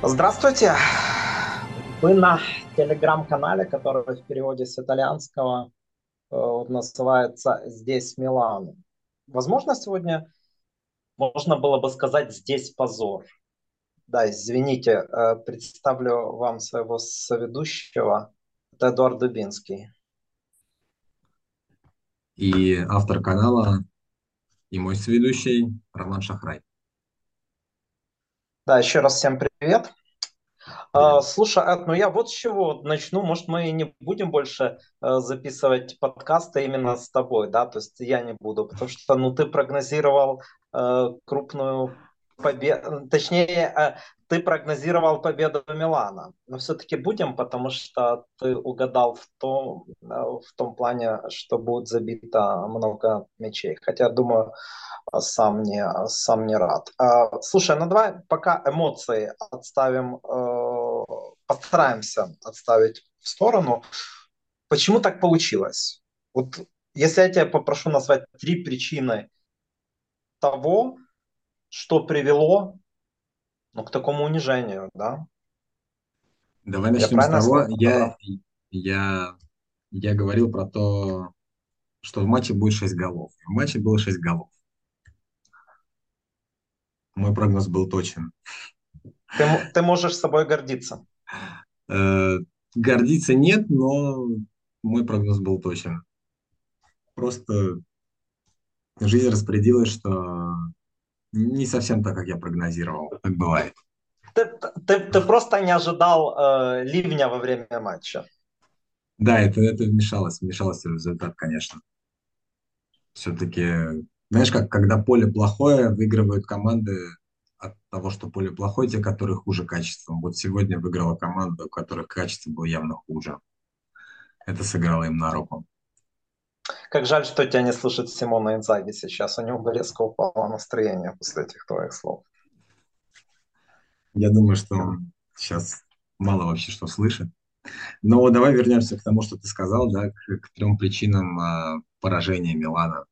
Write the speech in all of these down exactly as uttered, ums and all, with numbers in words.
Здравствуйте! Вы на телеграм-канале, который в переводе с итальянского э, вот называется «Здесь Милан». Возможно, сегодня можно было бы сказать «Здесь позор». Да, извините, э, представлю вам своего соведущего. Это Эдуард Дубинский. И автор канала, и мой сведущий Роман Шахрай. Да, еще раз всем привет. Привет. А, Слушай, Эд, ну я вот с чего начну. Может, мы и не будем больше э, записывать подкасты именно с тобой, да? То есть я не буду, потому что, ну, ты прогнозировал э, крупную победу, точнее, э, ты прогнозировал победу Милана. Но все-таки будем, потому что ты угадал в том, э, в том плане, что будет забито много мячей. Хотя, думаю, а, сам не, сам не рад. А, Слушай, ну давай пока эмоции отставим, э, постараемся отставить в сторону. Почему так получилось? Вот если я тебя попрошу назвать три причины того, что привело, ну, к такому унижению, да? Давай Я начнем с правильное того, слово я, подобрал? я, я говорил про то, что в матче будет шесть голов. В матче было шесть голов. Мой прогноз был точен. Ты, м- ты можешь собой гордиться. Э, Гордиться нет, но мой прогноз был точен. Просто жизнь распорядилась, что не совсем так, как я прогнозировал. Так бывает. Ты, ты, ты просто не ожидал э, ливня во время матча. Да, это, это вмешалось, вмешалось в результат, конечно. Все-таки, знаешь, как когда поле плохое, выигрывают команды от того, что поле плохое, те, которые хуже качеством. Вот сегодня выиграла команда, у которых качество было явно хуже. Это сыграло им на руку. Как жаль, что тебя не слышит Симона Инзаги сейчас. У него бы резко упало настроение после этих твоих слов. Я думаю, что он сейчас мало вообще что слышит. Но давай вернемся к тому, что ты сказал, да, к, к трем причинам а, поражения Милана.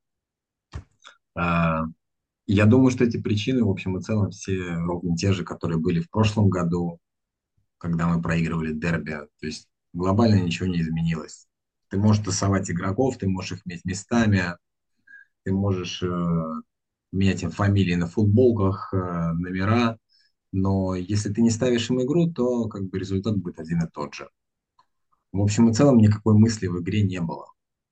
А, я думаю, что эти причины, в общем и целом, все ровно те же, которые были в прошлом году, когда мы проигрывали дерби. То есть глобально ничего не изменилось. Ты можешь тасовать игроков, ты можешь их менять местами, ты можешь э, менять им фамилии на футболках, э, номера, но если ты не ставишь им игру, то как бы результат будет один и тот же. В общем и целом никакой мысли в игре не было.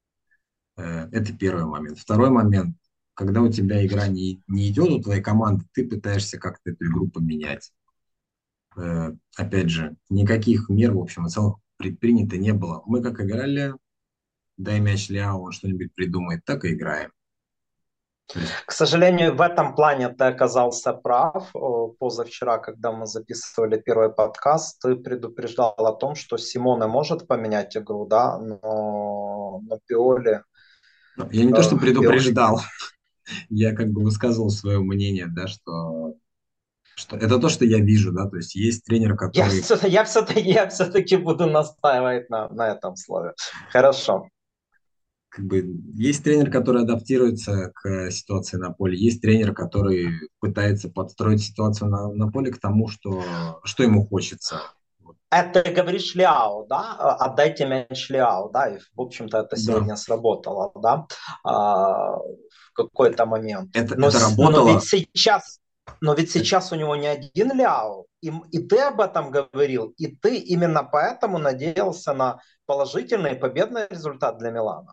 Э, это первый момент. Второй момент, когда у тебя игра не, не идет у твоей команды, ты пытаешься как-то эту игру поменять. Э, опять же, никаких мер, в общем и целом, предпринято не было. Мы как играли, дай мяч Ляо, он что-нибудь придумает, так и играем. То есть, К сожалению, в этом плане ты оказался прав. О, Позавчера, когда мы записывали первый подкаст, ты предупреждал о том, что Симоне может поменять игру, да, но, но Пиоли, ну, я не то, э, что Пиоли предупреждал, я как бы высказывал свое мнение, да, что, что это то, что я вижу, да, то есть есть тренер, Я который, все, я все-таки, я все-таки буду настаивать на, на этом слове. Хорошо. как бы, есть тренер, который адаптируется к ситуации на поле, есть тренер, который пытается подстроить ситуацию на, на поле к тому, что, что ему хочется. Вот. Это ты говоришь Ляо, да? А, Отдайте мяч Ляо, да? И, в общем-то, это Да, сегодня сработало, да? А, в какой-то момент. это, Но, это с- но ведь работало. сейчас, но ведь Э, сейчас у него не один Ляо. И, и ты об этом говорил, и ты именно поэтому надеялся на положительный победный результат для Милана.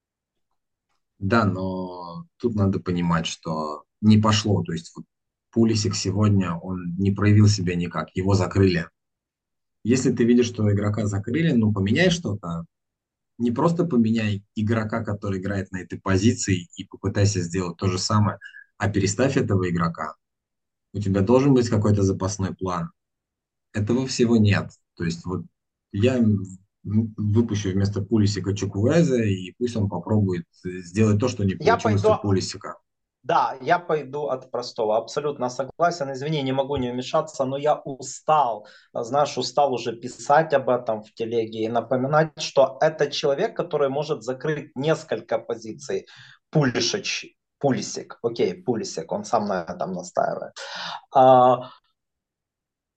Да, но тут надо понимать, что не пошло. То есть вот Пулисик сегодня, он не проявил себя никак, его закрыли. Если ты видишь, что игрока закрыли, ну поменяй что-то. Не просто поменяй игрока, который играет на этой позиции, и попытайся сделать то же самое, а переставь этого игрока. У тебя должен быть какой-то запасной план. Этого всего нет. То есть вот я выпущу вместо Пулисика Чуквеза, и пусть он попробует сделать то, что не Я получилось у пойду, Пулисика. да, я пойду от простого. Абсолютно согласен. Извини, не могу не вмешаться, но я устал. Знаешь, устал уже писать об этом в телеге и напоминать, что это человек, который может закрыть несколько позиций. Пулишич, Пулисик, окей, Пулисик, он сам на этом настаивает. А,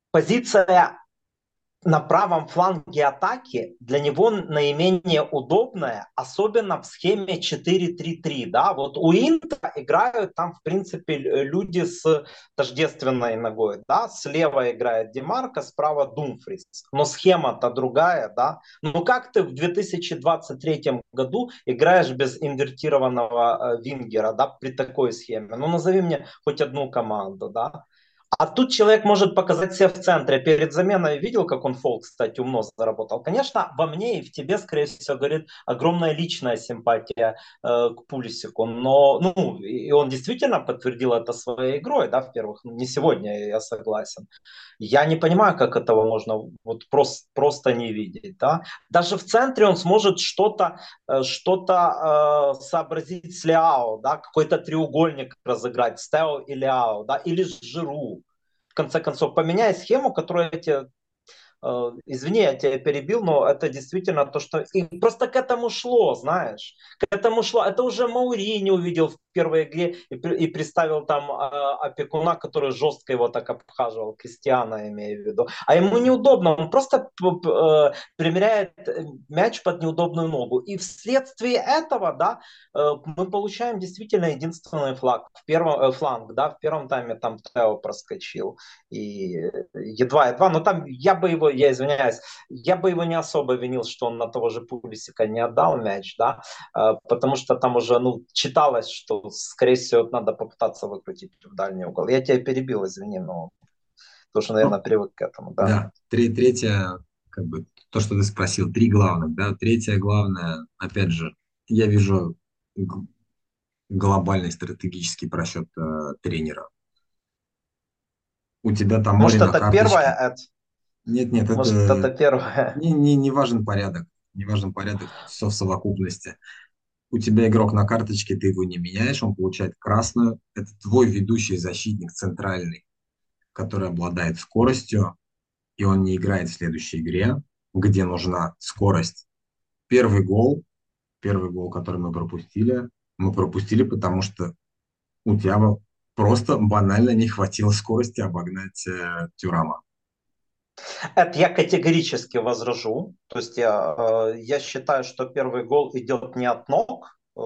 позиция на правом фланге атаки для него наименее удобная, особенно в схеме четыре три три, да, вот у Инта играют там, в принципе, люди с тождественной ногой, да, слева играет Демарко, справа Думфрис, но схема-то другая, да, ну как ты в две тысячи двадцать третьем году играешь без инвертированного э, вингера, да, при такой схеме, ну назови мне хоть одну команду, да, а тут человек может показать себя в центре. Перед заменой видел, как он фол, кстати, умно заработал. Конечно, во мне и в тебе, скорее всего, говорит огромная личная симпатия э, к Пулисику. Но, ну, и он действительно подтвердил это своей игрой, да, в первых. Ну, не сегодня, я согласен. Я не понимаю, как этого можно вот просто, просто не видеть, да. Даже в центре он сможет что-то э, что-то э, сообразить с Ляо, да, какой-то треугольник разыграть с Тео и Ляо, да, или с Жиру. В конце концов, поменяй схему, которая эти Э, извини, я тебя перебил, но это действительно то, что... И просто к этому шло, знаешь. К этому шло. Это уже Маурини увидел в первой игре и, и представил там э, опекуна, который жестко его так обхаживал, Кристиана имею в виду. А ему неудобно, он просто э, примеряет мяч под неудобную ногу. И вследствие этого, да, э, мы получаем действительно единственный флаг в первом, э, фланг, да, в первом тайме там Тео проскочил и едва-едва, но там я бы его, я извиняюсь, я бы его не особо винил, что он на того же Пулисика не отдал мяч, да, э, потому что там уже, ну, читалось, что, скорее всего, надо попытаться выкрутить в дальний угол. Я тебя перебил, извини, но тоже, наверное, Ну, привык к этому, да. да, три- третье, как бы, то, что ты спросил, три главных, да, третье главное, опять же, я вижу г- глобальный стратегический просчет э, тренера. У тебя там море Может, на это первое, карточке. Эд? Нет, нет, Может, это это первое? не, не, не важен порядок, не важен порядок, все в совокупности. У тебя игрок на карточке, ты его не меняешь, он получает красную. Это твой ведущий защитник центральный, который обладает скоростью, и он не играет в следующей игре, где нужна скорость. Первый гол, первый гол, который мы пропустили, мы пропустили, потому что у тебя просто банально не хватило скорости обогнать э, Тюрама. Это я категорически возражу. То есть я, э, я считаю, что первый гол идет не от ног э,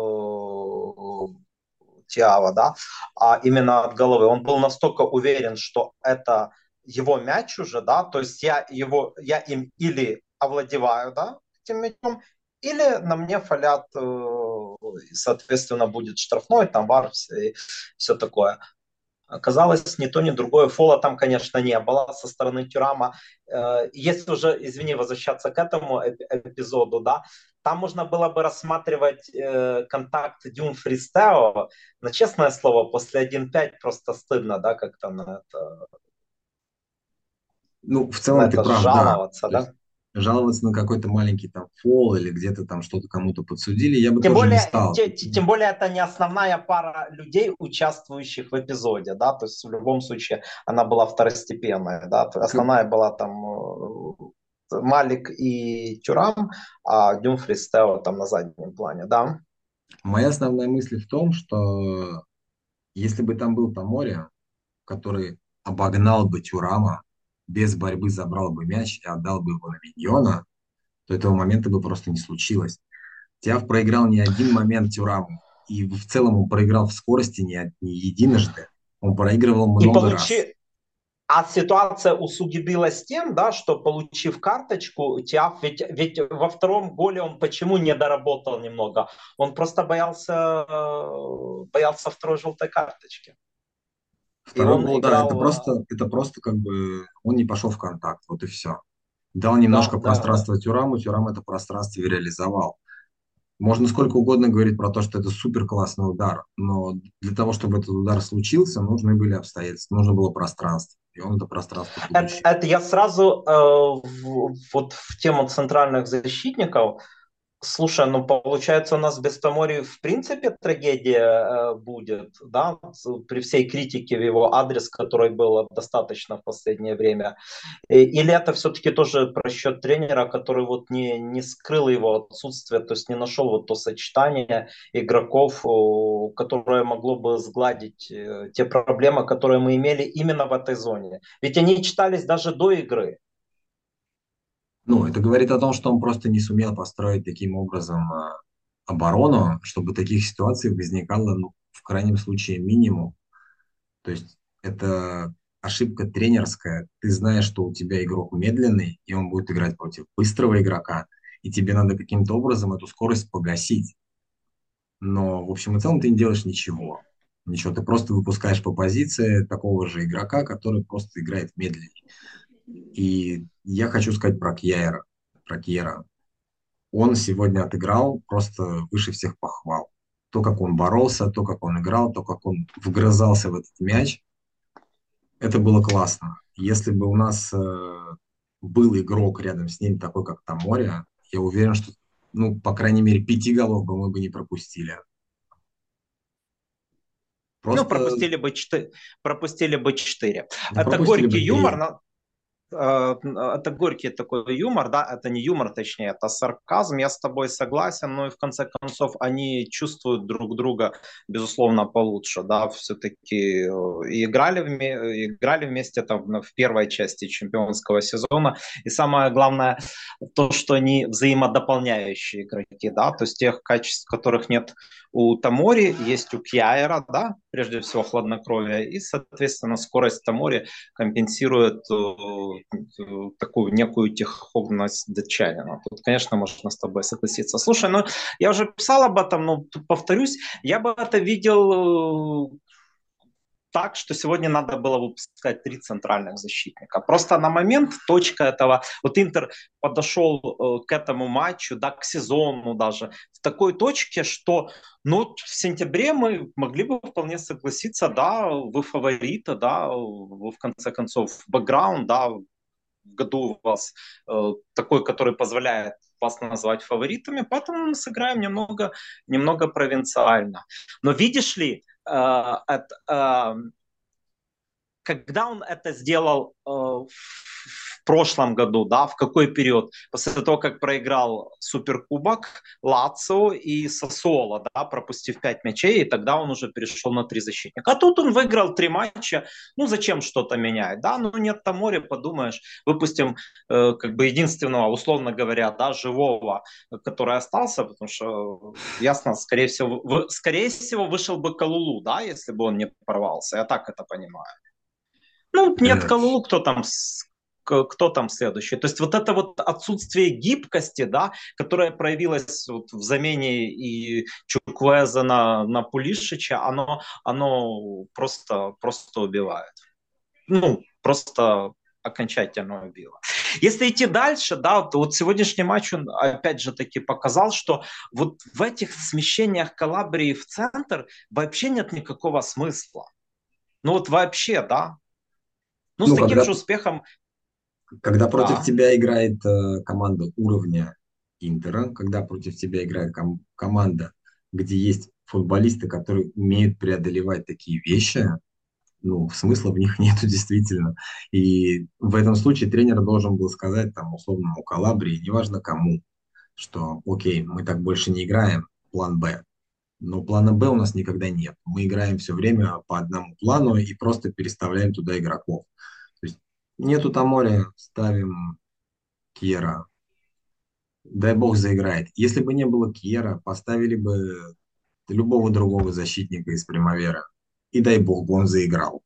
Тиава, да, а именно от головы. Он был настолько уверен, что это его мяч уже, да, то есть я его, я им или овладеваю, да, этим мячом, или на мне фалят, э, соответственно, будет штрафной, там вар, все, все такое. Оказалось, ни то, ни другое. Фола там, конечно, не было со стороны Тюрама. Э, Если уже, извини, возвращаться к этому эпизоду, да, там можно было бы рассматривать э, контакт Дюмфрис Тео, но, честное слово, после один пять просто стыдно, да, как-то на это, Ну, в на целом ты это прав, да. жаловаться, То есть да. жаловаться на какой-то маленький там фол или где-то там что-то кому-то подсудили, я бы Тем тоже не более, стал. те- тем более это не основная пара людей, участвующих в эпизоде, да, то есть в любом случае она была второстепенная, да, то есть Как- основная была там э, Малик и Тюрам, а Дюмфрис Тео там на заднем плане, да. Моя основная мысль в том, что если бы там был Тамори, который обогнал бы Тюрама, без борьбы забрал бы мяч и отдал бы его на Миньона, то этого момента бы просто не случилось. Тиаф проиграл не один момент Тюраму, и в целом он проиграл в скорости не, не единожды, он проигрывал И много раз. получи, а ситуация усугубилась тем, да, что получив карточку, Тиаф, ведь, ведь во втором голе он почему не доработал немного? Он просто боялся, э, боялся второй желтой карточки. И Второй он гол, да, это играл, э, просто, это просто как бы он не пошел в контакт, вот и все. Дал да, немножко да, да. пространства Тюраму, Тюрам это пространство и реализовал. Можно сколько угодно говорить про то, что это супер классный удар, но для того, чтобы этот удар случился, нужны были обстоятельства, нужно было пространство, и он это пространство Это, получил. это я сразу э, в, вот в тему центральных защитников. Слушай, ну получается у нас в Бестоморье в принципе трагедия э, будет, да, с- при всей критике в его адрес, которой было достаточно в последнее время. Э, Или это все-таки тоже просчет тренера, который вот не, не скрыл его отсутствие, то есть не нашел вот то сочетание игроков, о, которое могло бы сгладить э, те проблемы, которые мы имели именно в этой зоне. Ведь они читались даже до игры. Ну, это говорит о том, что он просто не сумел построить таким образом а, оборону, чтобы таких ситуаций возникало, ну, в крайнем случае, минимум. То есть это ошибка тренерская. Ты знаешь, что у тебя игрок медленный, и он будет играть против быстрого игрока, и тебе надо каким-то образом эту скорость погасить. Но, в общем и целом, ты не делаешь ничего. Ничего, ты просто выпускаешь по позиции такого же игрока, который просто играет медленнее. И я хочу сказать про Кьяера. Про Кьера. Он сегодня отыграл просто выше всех похвал. То, как он боролся, то, как он играл, то, как он вгрызался в этот мяч, это было классно. Если бы у нас э, был игрок рядом с ним, такой как Таморя, я уверен, что, ну, по крайней мере, пяти голов бы мы бы не пропустили. Ну, Просто, пропустили бы четыре. Пропустили бы четыре. да, Это пропустили горький бы юмор, три. но э, это горький такой юмор, да, это не юмор, точнее, это сарказм, я с тобой согласен, но и в конце концов они чувствуют друг друга, безусловно, получше, да, все-таки э, и играли, вме- играли вместе там в в первой части чемпионского сезона, и самое главное, то, что они взаимодополняющие игроки, да, то есть тех качеств, которых нет у Тамори, есть у Кьяера, да, прежде всего хладнокровие, и, соответственно, скорость Тамори компенсирует э, такую некую тихоховность датчанина. Тут, конечно, можно с тобой согласиться. Слушай, ну я уже писал об этом, но тут повторюсь, я бы это видел э, так, что сегодня надо было выпускать три центральных защитника. Просто на момент точка этого, вот Интер подошел э, к этому матчу, да, к сезону даже, в такой точке, что ну, в сентябре мы могли бы вполне согласиться, да, вы фавориты, да, вы в конце концов бэкграунд, да, в году у вас э, такой, который позволяет вас назвать фаворитами, поэтому мы сыграем немного, немного провинциально. Но видишь ли, э, это, э, когда он это сделал э, в прошлом году, да, в какой период? После того, как проиграл Суперкубок Лацио и Сосоло, да, пропустив пять мячей, и тогда он уже перешел на три защитника. А тут он выиграл три матча, ну зачем что-то менять, да, ну нет там моря, подумаешь, выпустим э, как бы единственного, условно говоря, да, живого, который остался, потому что ясно, скорее всего, в, скорее всего вышел бы Калулу, да, если бы он не порвался, я так это понимаю. Ну, нет Э, Калулу, кто там кто там следующий. То есть вот это вот отсутствие гибкости, да, которое проявилось вот в замене и Чуквеза на, на Пулишича, оно, оно просто, просто убивает. Ну, просто окончательно убило. Если идти дальше, да, то вот сегодняшний матч, он опять же таки показал, что вот в этих смещениях Калабрии в центр вообще нет никакого смысла. Ну вот вообще, да. Ну, с ну, таким когда, же успехом, когда против да. тебя играет э, команда уровня Интера, когда против тебя играет ком- команда, где есть футболисты, которые умеют преодолевать такие вещи, ну, смысла в них нету действительно. И в этом случае тренер должен был сказать, там, условному Калабрии, неважно кому, что, окей, мы так больше не играем, план Б. Но плана Б у нас никогда нет. Мы играем все время по одному плану и просто переставляем туда игроков. То есть нету Тамори, ставим Кьера. Дай бог заиграет. Если бы не было Кьера, поставили бы любого другого защитника из Примавера. И дай бог бы он заиграл.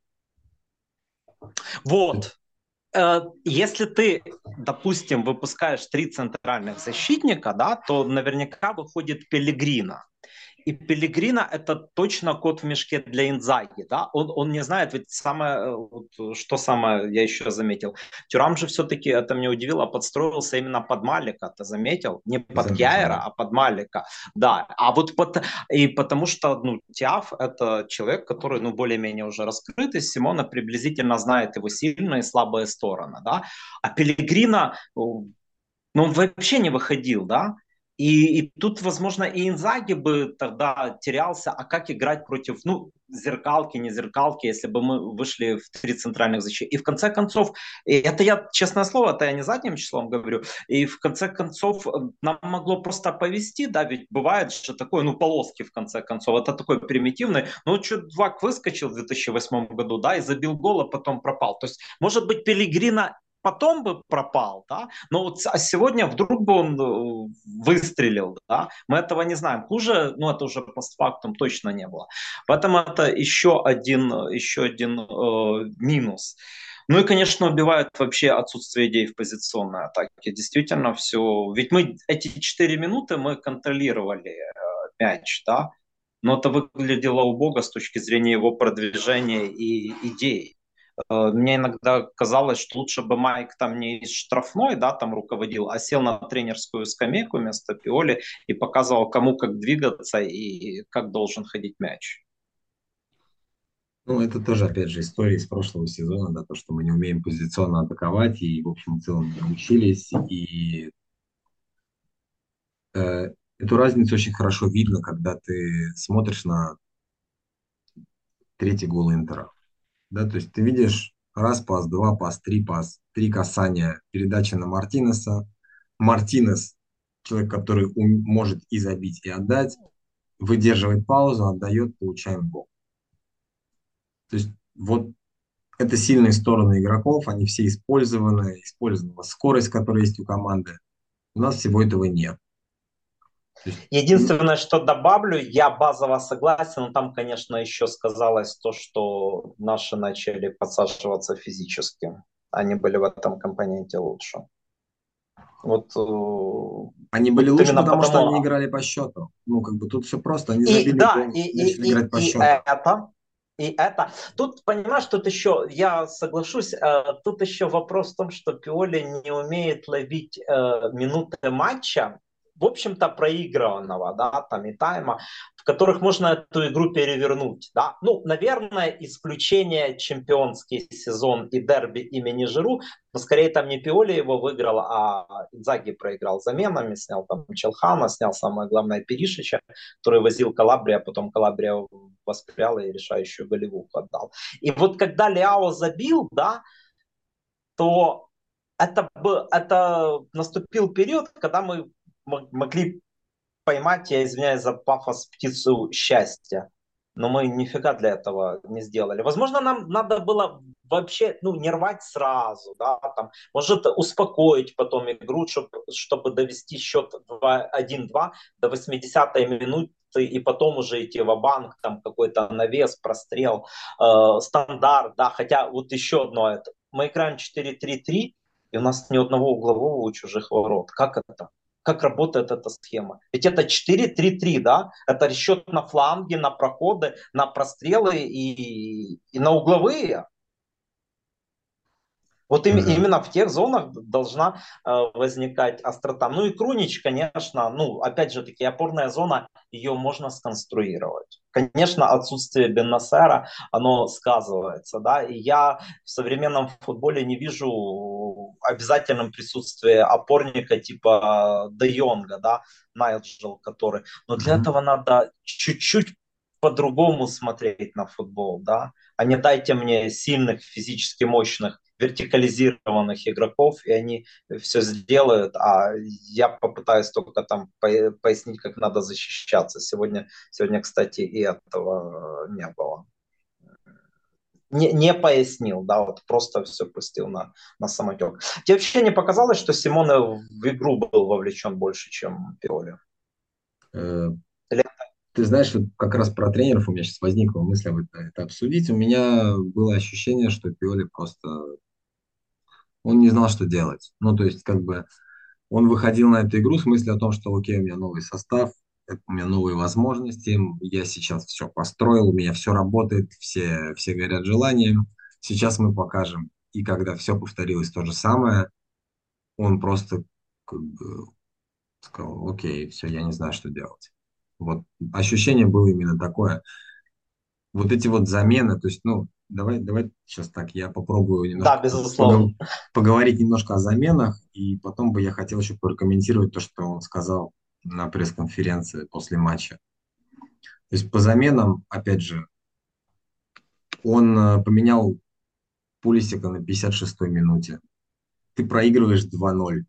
Вот. Э, Если ты, допустим, выпускаешь три центральных защитника, да, то наверняка выходит Пелегрина. И Пелегрина это точно кот в мешке для Инзаги, да, он, он не знает, ведь самое, э, вот, что самое я еще заметил, Тюрам же все-таки, это меня удивило, подстроился именно под Малика, ты заметил, не под Заметил, Кьяера, да. а под Малика, да, а вот под, и потому что, ну, Тиаф это человек, который, ну, более-менее уже раскрытый, Симона приблизительно знает его сильные и слабые стороны, да, а Пелегрина, ну, он вообще не выходил, да, И, и тут, возможно, и Инзаги бы тогда терялся, а как играть против, ну, зеркалки, не зеркалки, если бы мы вышли в три центральных защиты. И в конце концов, и это я, честное слово, это я не задним числом говорю, и в конце концов нам могло просто повезти, да, ведь бывает же такое, ну, полоски в конце концов, это такой примитивный, ну, чувак выскочил в две тысячи восьмом году, да, и забил гол, а потом пропал. То есть, может быть, Пелигрина потом бы пропал, да, но вот а сегодня вдруг бы он э, выстрелил, да, мы этого не знаем. Хуже, ну это уже постфактум точно не было. Поэтому это еще один, еще один э, минус. Ну и, конечно, убивает вообще отсутствие идей в позиционной атаке. Действительно все. Ведь мы эти четыре минуты мы контролировали э, мяч, да, но это выглядело убого с точки зрения его продвижения и идей. Э, Мне иногда казалось, что лучше бы Майк там не из штрафной, да, там руководил, а сел на тренерскую скамейку вместо Пиоли и показывал, кому как двигаться и как должен ходить мяч. Ну, это тоже, опять же, история из прошлого сезона, да, то, что мы не умеем позиционно атаковать, и, в общем, в целом не научились, и э, эту разницу очень хорошо видно, когда ты смотришь на третий гол Интера, да, то есть ты видишь раз пас, два пас, три пас, три касания, передача на Мартинеса, Мартинес, человек, который ум- может и забить, и отдать, выдерживает паузу, отдает, получаем гол. То есть вот это сильные стороны игроков, они все использованы, использована скорость, которая есть у команды. У нас всего этого нет. То есть, м, Единственное, что добавлю, я базово согласен, но там, конечно, еще сказалось то, что наши начали подсаживаться физически. Они были в этом компоненте лучше. Вот э, они были тут лучше, именно потому что потому. они играли по счету. Ну, как бы тут все просто. Они И забили да, гол, и, и, начали играть по и, и счету. это, и это. Тут, понимаешь, тут еще, я соглашусь, э, тут еще вопрос в том, что Пиоли не умеет ловить э, минуты матча, в общем-то, проигрыванного, да, там и тайма, в которых можно эту игру перевернуть, да. Ну, наверное, исключение чемпионский сезон и дерби имени Жиру, но скорее там не Пиоли его выиграл, а Инзаги проиграл заменами, снял там Челхана, снял самое главное Перишича, который возил Калабрия, а потом Калабрия воспрял и решающую голевуху отдал. И вот когда Ляо забил, да, то это, это наступил период, когда мы могли поймать, я извиняюсь за пафос, птицу счастья. Но мы нифига для этого не сделали. Возможно, нам надо было вообще ну, не рвать сразу, да, там, может успокоить потом игру, чтобы, чтобы довести счет один-два до восьмидесятой минуты и потом уже идти в банк там какой-то навес, прострел, э, стандарт, да, хотя вот еще одно это. Мы играем четыре три-три, и у нас ни одного углового у чужих ворот. Как это? Как работает эта схема? Ведь это четыре три-три, да? Это расчет на фланги, на проходы, на прострелы и, и на угловые. Вот им, Э, именно в тех зонах должна э, возникать острота. Ну и Крунич, конечно, ну опять же таки опорная зона, ее можно сконструировать. Конечно, отсутствие Беннасера, оно сказывается, да, и я в современном футболе не вижу обязательным присутствия опорника типа Де Йонга, да, Найджел, который, но для мгм. этого надо чуть-чуть по-другому смотреть на футбол, да, а не дайте мне сильных, физически мощных вертикализированных игроков, и они все сделают, а я попытаюсь только там пояснить, как надо защищаться. Сегодня, сегодня кстати, и этого не было. Не, не пояснил, да, вот просто все пустил на, на самотек. Тебе вообще не показалось, что Симоне в игру был вовлечен больше, чем Пиоли? Э, Ты знаешь, вот как раз про тренеров у меня сейчас возникла мысль об это, это обсудить. У меня было ощущение, что Пиоли просто он не знал, что делать. Ну, то есть, как бы он выходил на эту игру с мыслью о том, что окей, у меня новый состав, это у меня новые возможности, я сейчас все построил, у меня все работает, все, все горят желанием. Сейчас мы покажем. И когда все повторилось то же самое, он просто как бы сказал, окей, все, я не знаю, что делать. Вот ощущение было именно такое. Вот эти вот замены, то есть, ну, давай, давай сейчас так, я попробую Да, немножко безусловно. погов- поговорить немножко о заменах, и потом бы я хотел еще прокомментировать то, что он сказал на пресс-конференции после матча. То есть по заменам, опять же, он э, поменял Пулисика на пятьдесят шестой минуте. Ты проигрываешь два ноль.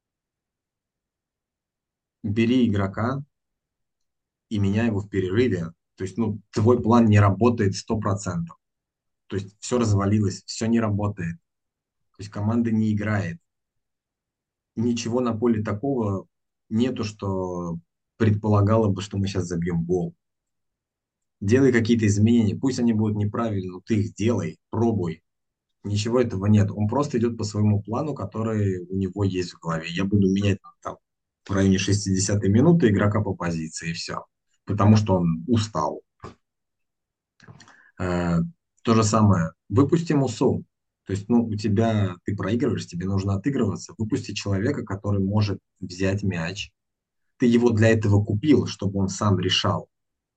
Бери игрока и меняй его в перерыве. То есть, ну, твой план не работает сто процентов. То есть все развалилось, все не работает. То есть команда не играет. Ничего на поле такого нету, что предполагало бы, что мы сейчас забьем гол. Делай какие-то изменения. Пусть они будут неправильные, но ты их делай, пробуй. Ничего этого нет. Он просто идет по своему плану, который у него есть в голове. Я буду менять там в районе шестидесятой минуты игрока по позиции, и все. Потому что он устал. Э, То же самое. Выпусти Мусу. То есть, ну, у тебя, ты проигрываешь, тебе нужно отыгрываться. Выпусти человека, который может взять мяч. Ты его для этого купил, чтобы он сам решал.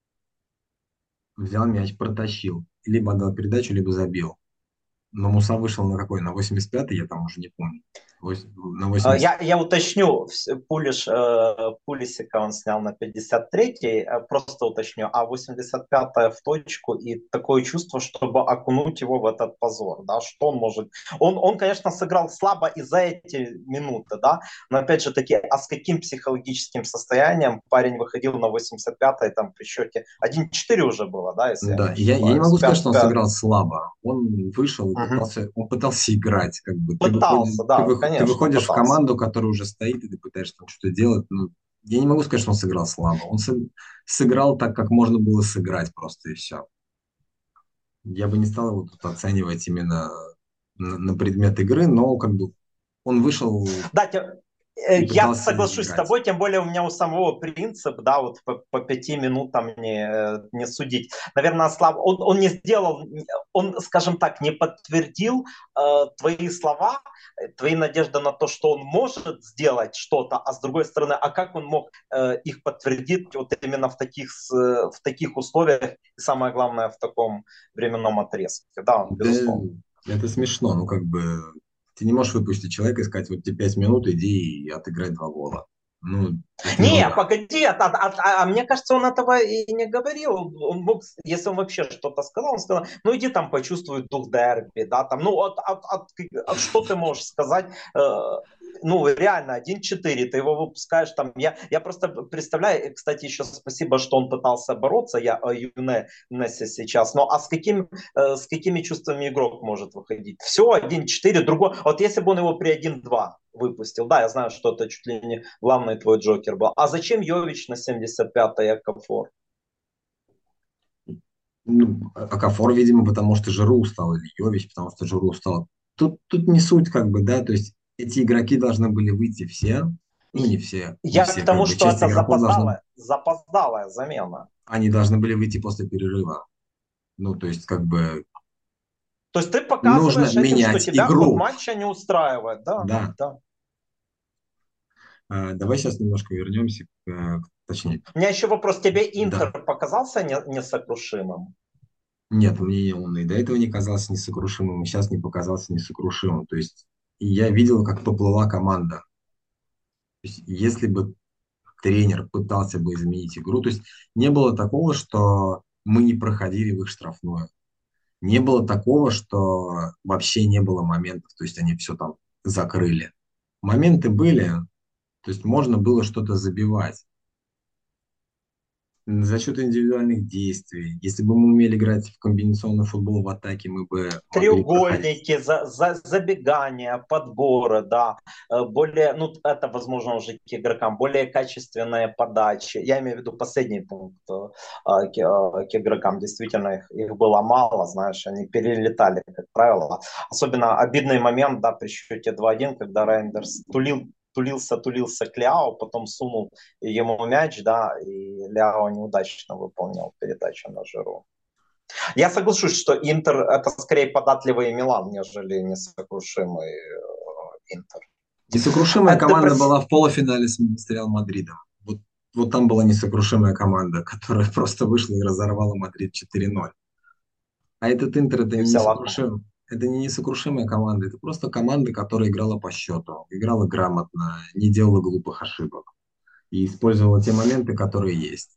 Взял мяч, протащил. Либо отдал передачу, либо забил. Но Муса вышел на какой? На восемьдесят пятый, я там уже не помню. Вось- На Э, восемьдесят. Я, я уточню, вс- Пулиш, э, Пулисика он снял на пятьдесят третий, э, просто уточню, а восемьдесят пятая в точку, и такое чувство, чтобы окунуть его в этот позор, да, что он может... Он, он, конечно, сыграл слабо и за эти минуты, да, но опять же таки, а с каким психологическим состоянием парень выходил на восемьдесят пятой, там при счете один четыре уже было, да, если я не Да, я, я не ошибаюсь, могу сказать, пят, что он пят. сыграл слабо. Он вышел и Мгм. пытался, он пытался играть. Как бы. Ты, выходишь, Пытался, ты, да, вых- ты конечно, выходишь в пытался. команду, которая уже стоит, и ты пытаешься там что-то делать. Ну, я не могу сказать, что он сыграл слабо. Он сы- сыграл так, как можно было сыграть просто, и все. Я бы не стал его тут оценивать именно на, на предмет игры, но как бы он вышел Да, те- э, и я пытался соглашусь с играть. тобой, тем более у меня у самого принцип, да, вот по, по пяти минутам не, э, не судить. Наверное, слаб, он, он не сделал, он, скажем так, не подтвердил э, твои слова, э, твои надежды на то, что он может сделать что-то, а с другой стороны, а как он мог э, их подтвердить вот именно в таких, с- в таких условиях, и самое главное, в таком временном отрезке. Да, Да, безусловно. это смешно. Ну, как бы, ты не можешь выпустить человека и сказать, вот тебе пять минут, иди и отыграй два гола. Ну, это Не, невозможно. погоди, а, а- а- а мне кажется, он этого и не говорил. Он мог, если он вообще что-то сказал, он сказал, ну иди там почувствуй дух дерби, да, там, ну от, от, от, от что ты можешь сказать, э, ну реально, один четыре, ты его выпускаешь там, я, я просто представляю, и, кстати, еще спасибо, что он пытался бороться, я о Юнесе сейчас, но а с, каким, э, с какими чувствами игрок может выходить? Все, один четыре, другой, вот если бы он его при один два выпустил, да, я знаю, что это чуть ли не главный твой Джокер был. А зачем Йович на семьдесят пятой Акафор? Ну, а Кафор, видимо, потому что Жиру устал, или Йович, потому что Жиру устал. Тут, тут не суть, как бы, да, то есть эти игроки должны были выйти все, ну, не все, не Я к все, как тому, бы, что часть это игроков должна, запоздалая, запоздалая замена. они должны были выйти после перерыва. Ну, то есть, как бы, То есть ты нужно показываешь этим, что менять тебя ход игру, матча не устраивает. Да, да. да. А, давай сейчас немножко вернемся, к, э, к- точнее, У меня еще вопрос. Тебе Интер да. показался не- несокрушимым? Нет, мне он и до этого не казался несокрушимым, и сейчас не показался несокрушимым. То есть я видел, как поплыла команда. То есть, если бы тренер пытался бы изменить игру, то есть не было такого, что мы не проходили в их штрафную. Не было такого, что вообще не было моментов, то есть они все там закрыли. Моменты были, то есть можно было что-то забивать за счет индивидуальных действий. Если бы мы умели играть в комбинационный футбол в атаке, мы бы могли проходить. Треугольники, за, за, забегания, подборы, да, Э, более, ну, это, возможно, уже к игрокам, более качественные подачи. Я имею в виду последний пункт э, а, к, э, к игрокам. Действительно, их, их было мало, знаешь, они перелетали, как правило. Особенно обидный момент, да, при счете два один, когда Рейндерс тулил, тулился, тулился к Ляо, потом сунул ему мяч, да, и Ляо неудачно выполнил передачу на Жиру. Я соглашусь, что Интер это скорее податливый Милан, нежели несокрушимый э, Интер. Несокрушимая Это ты команда прос... была в полуфинале с, с Реал Мадридом. Вот, вот там была несокрушимая команда, которая просто вышла и разорвала Мадрид четыре ноль. А этот Интер это и не взяла. несокрушим, это не несокрушимая команда, это просто команда, которая играла по счету, играла грамотно, не делала глупых ошибок. и использовал те моменты, которые есть.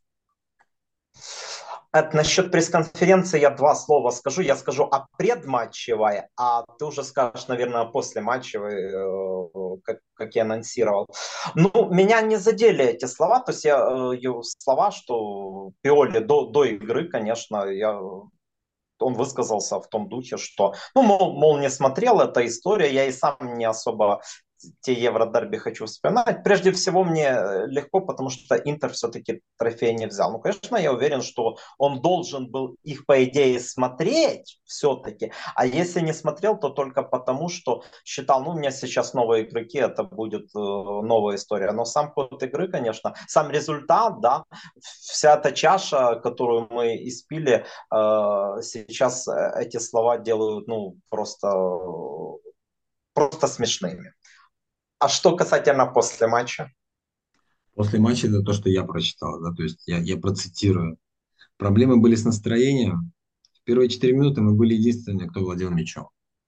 Это насчет пресс-конференции я два слова скажу. Я скажу о предматчевой, а ты уже скажешь, наверное, о послематчевой, э, как, как я анонсировал. Ну, меня не задели эти слова, то есть я, э, ю- слова, что Пиоли до, до игры, конечно, я он высказался в том духе, что, ну, мол, мол, не смотрел, эта история, я и сам не особо те Евродерби хочу вспоминать. Прежде всего, мне легко, потому что Интер все-таки трофей не взял. Ну, конечно, я уверен, что он должен был их, по идее, смотреть все-таки. А если не смотрел, то только потому, что считал, ну, у меня сейчас новые игроки, это будет э, новая история. Но сам ход игры, конечно, сам результат, да, вся эта чаша, которую мы испили, э, сейчас эти слова делают, ну, просто, просто смешными. А что касательно после матча? После матча это то, что я прочитал, да, то есть я, я процитирую. Проблемы были с настроением. В первые четыре минуты мы были единственными, кто владел мячом.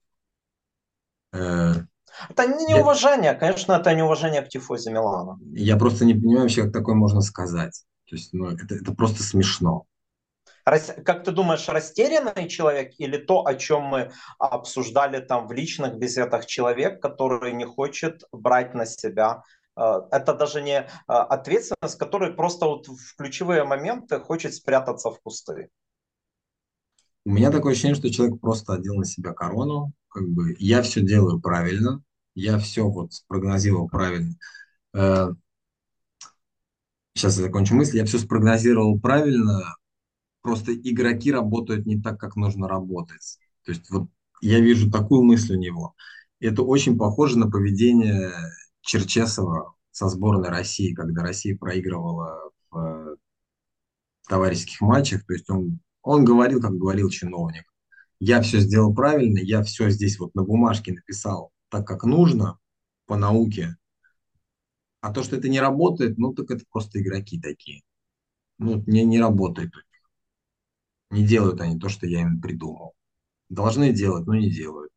Э, Это не я, неуважение, конечно, это неуважение к тифозе Милана. я просто не понимаю вообще, как такое можно сказать. То есть, ну, это, это просто смешно. Рас- Как ты думаешь, растерянный человек или то, о чем мы обсуждали там в личных беседах, человек, который не хочет брать на себя, э, это даже не э, ответственность, который просто вот в ключевые моменты хочет спрятаться в кусты. У меня такое ощущение, что человек просто одел на себя корону. Как бы я все делаю правильно, я все вот спрогнозировал правильно. Э, сейчас я закончу мысль. Я все спрогнозировал правильно, просто игроки работают не так, как нужно работать. То есть вот я вижу такую мысль у него. Это очень похоже на поведение Черчесова со сборной России, когда Россия проигрывала в э, товарищеских матчах. То есть он, он говорил, как говорил чиновник. Я все сделал правильно, я все здесь вот на бумажке написал так, как нужно, по науке. А то, что это не работает, ну так это просто игроки такие. Ну, не, не работает. Не делают они то, что я им придумал. Должны делать, но не делают.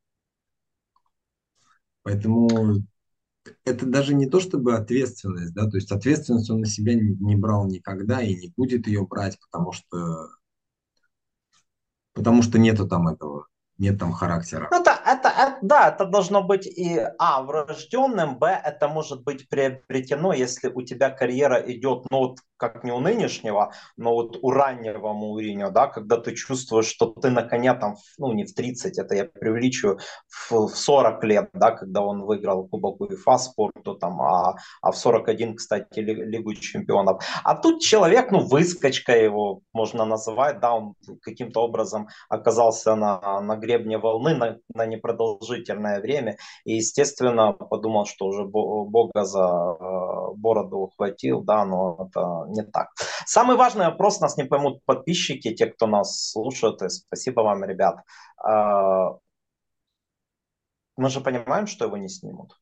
Поэтому это даже не то чтобы ответственность, да, то есть ответственность он на себя не, не брал никогда и не будет ее брать, потому что, потому что нету там этого, нет там характера. Ну, это, это, это- да, это должно быть и, а, врожденным, б, это может быть приобретено, если у тебя карьера идет, ну, вот, как не у нынешнего, но вот у раннего Мауриньо, да, когда ты чувствуешь, что ты на коне там, в- ну, не в тридцать, это я преувеличиваю, в, в сорок лет, да, когда он выиграл Кубок УЕФА спорту, там, а, а в сорок один, кстати, Ли- Лигу чемпионов. А тут человек, ну, выскочка его можно называть, да, он каким-то образом оказался на, на гребне волны на, на непродолжительное время. И, естественно, подумал, что уже Бога за э, бороду ухватил, да, но это не так. Самый важный вопрос, нас не поймут подписчики, те, кто нас слушает, и спасибо вам, ребят. Э, Мы же понимаем, что его не снимут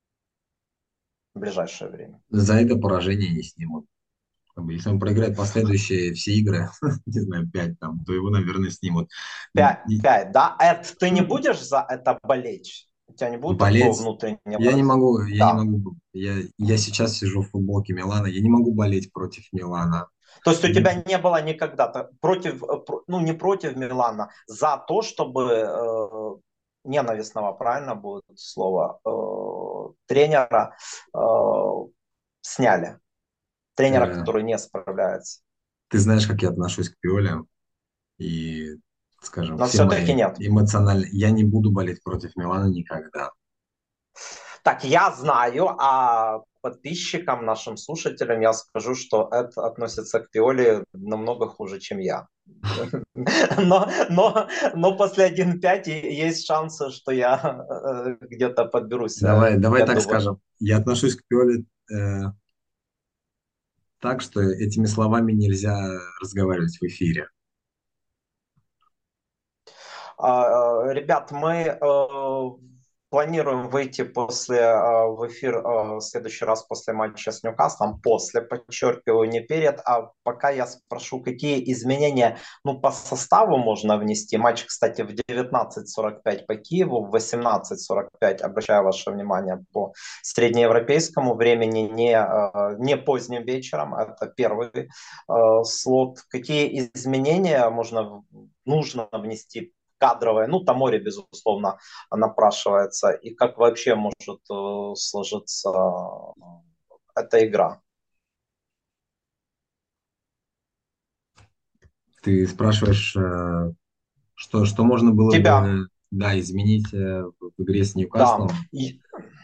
в ближайшее время. За это поражение не снимут. Как бы, если он проиграет последующие все игры, не знаю, пять там, то его, наверное, снимут. Пять, И пять, да? Эд, ты не будешь за это болеть? У тебя не будет такого болеть внутреннего я не раз... могу, я не Да. могу. Я, я сейчас сижу в футболке Милана, я не могу болеть против Милана. То есть у тебя не было никогда против, э, ну не против Милана, за то, чтобы э, ненавистного, правильно будет слово, э, тренера э, сняли. Тренера, Э, который не справляется. Ты знаешь, как я отношусь к Пиоле, и, скажем, Но все все-таки мои нет. эмоциональные... Я не буду болеть против Милана никогда. Так, я знаю, а подписчикам, нашим слушателям я скажу, что это относится к Пиоле намного хуже, чем я. Но, но, но после один пять есть шансы, что я э, где-то подберусь э, Давай, к давай так эту. Вот. скажем. Я отношусь к Пиоле э, так, что этими словами нельзя разговаривать в эфире. А, э, Ребят, мы э, планируем выйти после, э, в эфир э, в следующий раз после матча с Ньюкаслом. После, подчеркиваю, не перед. А пока я спрошу, какие изменения, ну, по составу можно внести. Матч, кстати, в девятнадцать сорок пять по Киеву, в восемнадцать сорок пять, обращаю ваше внимание, по среднеевропейскому времени, не, э, не поздним вечером. Это первый э, слот. Какие изменения можно, нужно внести кадровое, ну, Тамори, безусловно, напрашивается, и как вообще может э, сложиться эта игра. Ты спрашиваешь, э, что, что можно было Тебя, бы, да, изменить э, в в игре с да. Ньюкаслом. И-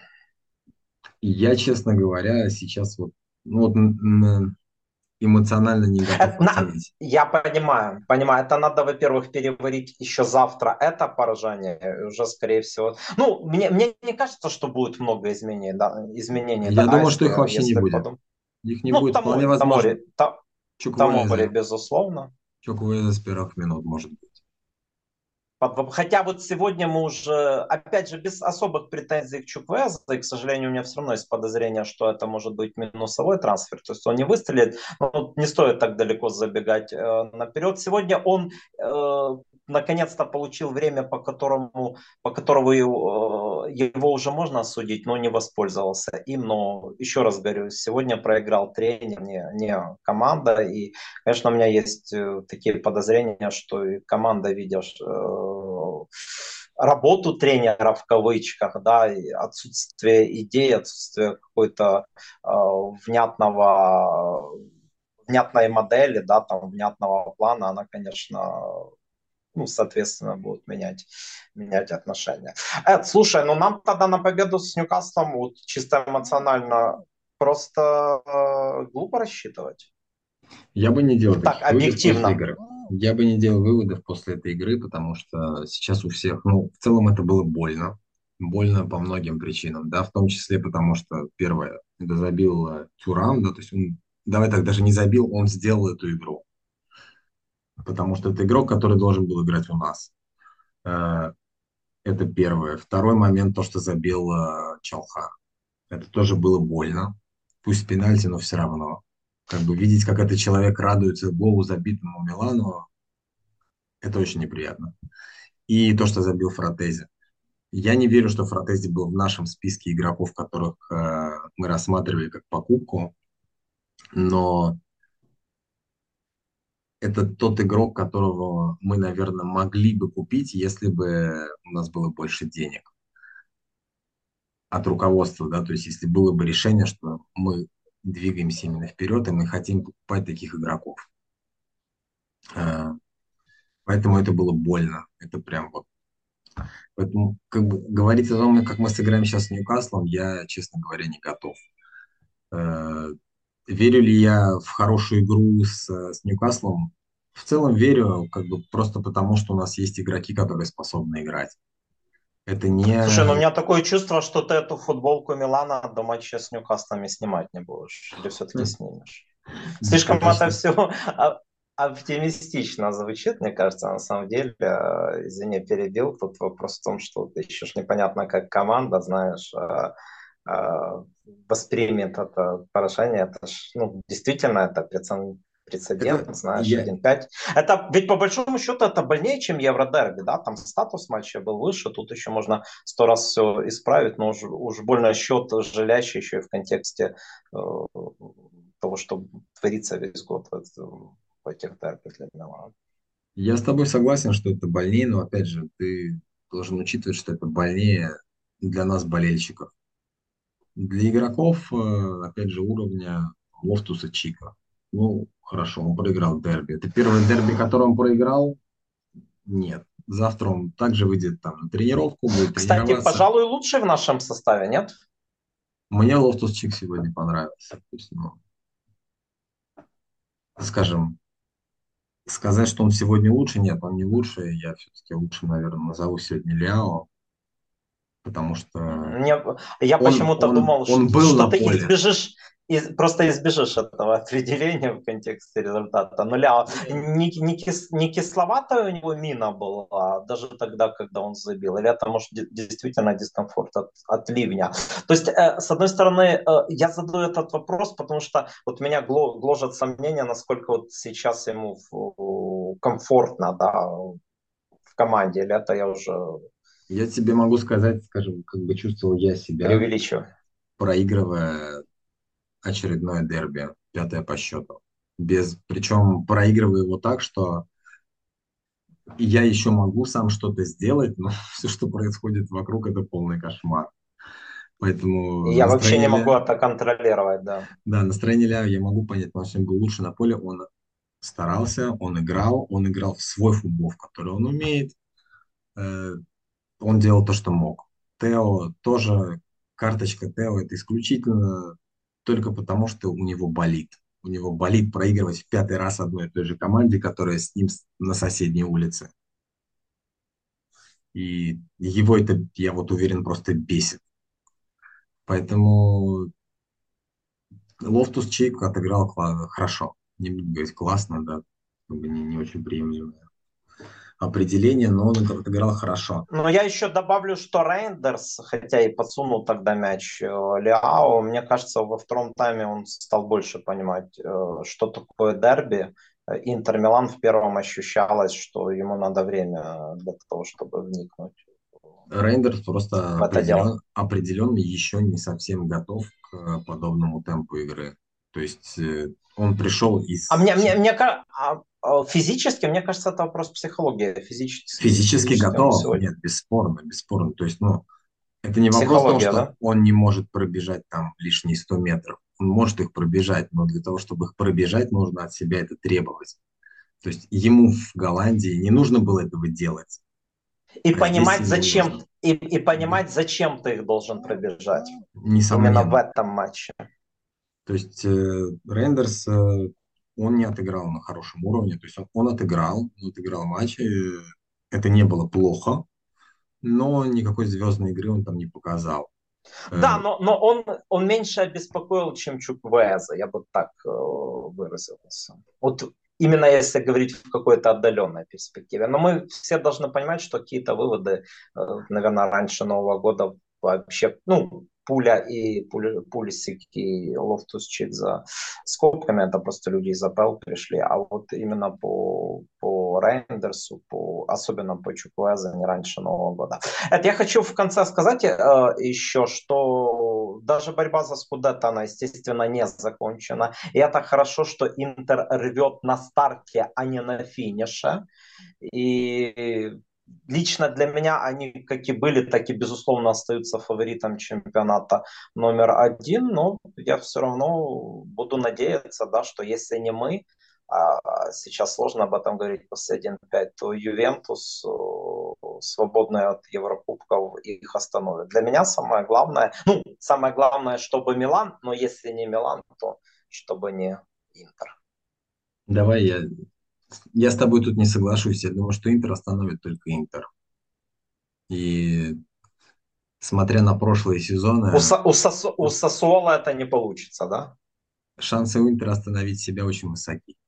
И я, честно говоря, сейчас вот, ну, вот н- н- эмоционально не готов это на- оценить. я понимаю, понимаю. Это надо, во-первых, переварить еще завтра это поражение, и уже, скорее всего. Ну, мне, мне не кажется, что будет много изменений, да, изменений, Я да, думаю, что их если, вообще не если будет. подумать. Их не Ну, будет. Вполне Тамори, возможно. Тамори, Та- Тамори, Чуквуэза. безусловно. Чуквуэза с первых минут, может быть. Под- Хотя вот сегодня мы уже, опять же, без особых претензий к Чуквезу, и, к сожалению, у меня все равно есть подозрение, что это может быть минусовой трансфер, то есть он не выстрелит, но не стоит так далеко забегать э, наперед. Сегодня он э, наконец-то получил время, по которому, по которому его, э, его уже можно осудить, но не воспользовался им. Но еще раз говорю, сегодня проиграл тренер, не, не команда, и конечно, у меня есть э, такие подозрения, что и команда, видишь, э, работу тренера в кавычках, да, и отсутствие идей, отсутствие какой-то э, внятного, внятной модели, да, там, внятного плана, она, конечно, ну, соответственно, будут менять, менять отношения. Эд, слушай, ну нам тогда на победу с Ньюкаслом вот, чисто эмоционально просто э, глупо рассчитывать. Я бы не делал Так, таких выводов после объективно. игры. Я бы не делал выводов после этой игры, потому что сейчас у всех, ну, в целом это было больно. Больно по многим причинам, да, в том числе потому, что, первое, это забил э, Тюрам, да, то есть он, давай так, даже не забил, он сделал эту игру, потому что это игрок, который должен был играть у нас. Э, Это первое. Второй момент, то, что забил э, Чалха. Это тоже было больно. Пусть пенальти, но все равно. Как бы видеть, как этот человек радуется голу, забитому Милану, это очень неприятно. И то, что забил Фратези. Я не верю, что Фратези был в нашем списке игроков, которых э, мы рассматривали как покупку, но это тот игрок, которого мы, наверное, могли бы купить, если бы у нас было больше денег от руководства, да, то есть если было бы решение, что мы двигаемся именно вперед, и мы хотим покупать таких игроков. Э, Поэтому это было больно. Это прям вот. Поэтому как бы, говорить о том, как мы сыграем сейчас с Ньюкаслом, я, честно говоря, не готов. Э, Верю ли я в хорошую игру с, с Ньюкаслом? В целом верю, как бы просто потому, что у нас есть игроки, которые способны играть. Это Слушай, ну у не... меня такое чувство, что ты эту футболку Милана до матча с Ньюкаслами снимать не будешь. Или все-таки снимешь? Слишком Это это что? все оптимистично звучит, мне кажется, на самом деле. Э, Извини, перебил. Тут вопрос в том, что ты еще ж непонятно, как команда, знаешь, э, э, воспримет это поражение. Это ж, ну, действительно, это прецедент, Это прецедент, знаешь, я, один пять. Это ведь по большому счету это больнее, чем Евродерби, да, там статус матча был выше, тут еще можно сто раз все исправить, но уж, уж больно счет желящий еще и в контексте э, того, что творится весь год в, в этих дерби для Милана. я с тобой согласен, что это больнее, но опять же, ты должен учитывать, что это больнее для нас, болельщиков. Для игроков, э, опять же, уровня Лофтуса Чика. Ну, хорошо, он проиграл дерби. Это первое дерби, которое он проиграл? Нет. Завтра он также выйдет там на тренировку, будет Кстати, тренироваться. пожалуй, лучший в нашем составе, нет? Мне Лофтус Чик сегодня понравился. То есть, ну, скажем, сказать, что он сегодня лучше, нет, он не лучше. Я все-таки лучше, наверное, назову сегодня Ляо, потому что Мне, я он, почему-то он, думал, он что, был что на ты поле. избежишь, из- просто избежишь этого определения в контексте результата нуля. Не, не, кис- не кисловатая у него мина была, даже тогда, когда он забил, или это, может, де- действительно дискомфорт от, от ливня. То есть, э, с одной стороны, э, я задаю этот вопрос, потому что вот меня гло- гложет сомнение, насколько вот сейчас ему в- комфортно, да, в команде, или это я уже Я тебе могу сказать, скажем, как бы чувствовал я себя, преувеличиваю. проигрывая очередное дерби, пятое по счету. Без, причем проигрывая его так, что я еще могу сам что-то сделать, но все, что происходит вокруг, это полный кошмар. И Поэтому я вообще не настроение могу Ля, это контролировать, да. да, настроение Ля я могу понять, потому что он был лучше на поле, он старался, он играл, он играл в свой футбол, в который он умеет, э, он делал то, что мог. Тео тоже, карточка Тео это исключительно только потому, что у него болит. У него болит проигрывать в пятый раз одной и той же команде, которая с ним с- на соседней улице. И его это, я вот уверен, просто бесит. Поэтому Лофтус Чейк отыграл кла- хорошо. Не буду говорить классно, да, как бы не, не очень приемлемое определение, но он отыграл хорошо. Но я еще добавлю, что Рейндерс, хотя и подсунул тогда мяч э, Лиао, мне кажется, во втором тайме он стал больше понимать, э, что такое дерби. Э, Интер Милан в первом ощущалось, что ему надо время для того, чтобы вникнуть Рейндерс просто в это дело. определен, определенно еще не совсем готов к подобному темпу игры. То есть э, он пришел А из мне, мне, мне ка- а, а, физически, мне кажется, это вопрос психологии. Физически, физически физически он готов, сегодня. нет, бесспорно, бесспорно. То есть, ну, это не вопрос того, Психология, что да? он не может пробежать там лишние сто метров. Он может их пробежать, но для того, чтобы их пробежать, нужно от себя это требовать. То есть ему в Голландии не нужно было этого делать, И а здесь понимать, ему зачем, нужно. и, и понимать, зачем ты их должен пробежать. Именно в Несомненно. этом матче. То есть э, Рейндерс, э, он не отыграл на хорошем уровне, то есть он, он отыграл, он отыграл матч, э, это не было плохо, но никакой звездной игры он там не показал. Да, Э, но, но он, он меньше обеспокоил, чем Чуквеза, я бы так э, выразился. Вот именно если говорить в какой-то отдаленной перспективе. Но мы все должны понимать, что какие-то выводы, э, наверное, раньше Нового года вообще, ну, Пуля и Пуль- Пульсик и Лофтус-Чик за скобками, это просто люди из АПЛ пришли, а вот именно по, по Рейндерсу, по, особенно по Чуквезе, не раньше Нового года. Это я хочу в конце сказать э, еще, что даже борьба за Скудетто, она, естественно, не закончена. И это хорошо, что Интер рвет на старте, а не на финише. И лично для меня они как и были, так и, безусловно, остаются фаворитом чемпионата номер один. Но я все равно буду надеяться, да, что если не мы, а сейчас сложно об этом говорить после один пять, то Ювентус, э, свободный от Еврокубков, их остановит. Для меня самое главное, ну, самое главное, чтобы Милан, но если не Милан, то чтобы не Интер. давай я, я с тобой тут не соглашусь, я думаю, что Интер остановит только Интер. И смотря на прошлые У, сезоны, Са- у, Сосо- у Сосуола это не получится, да? шансы у Интера остановить себя очень высоки.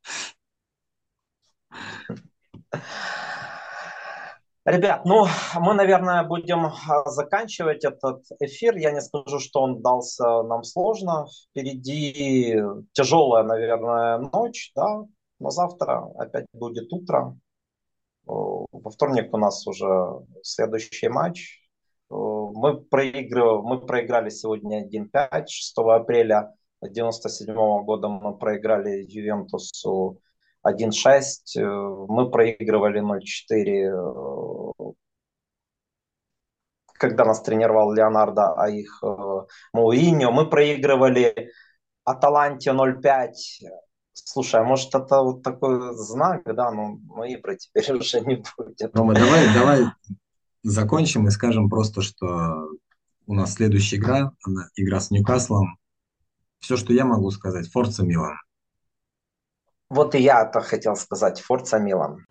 Ребят, ну, мы, наверное, будем а, заканчивать этот эфир. Я не скажу, что он дался нам сложно. Впереди тяжелая, наверное, ночь, да, но завтра опять будет утро. О, Во вторник у нас уже следующий матч. О, Мы, проигрывали, мы проиграли сегодня один пять. шестого апреля девяносто седьмого года мы проиграли Ювентусу один шесть. Э, Мы проигрывали ноль четыре, э, когда нас тренировал Леонардо, а их э, Мауриньо. Мы проигрывали Аталанте ноль пять. Слушай, а может это вот такой знак, да, но мы игры теперь уже не будет. Рома, давай, давай закончим и скажем просто, что у нас следующая игра, она игра с Ньюкаслом. Все, что я могу сказать, Форца Милан. Вот и я это хотел сказать. Форца Милан.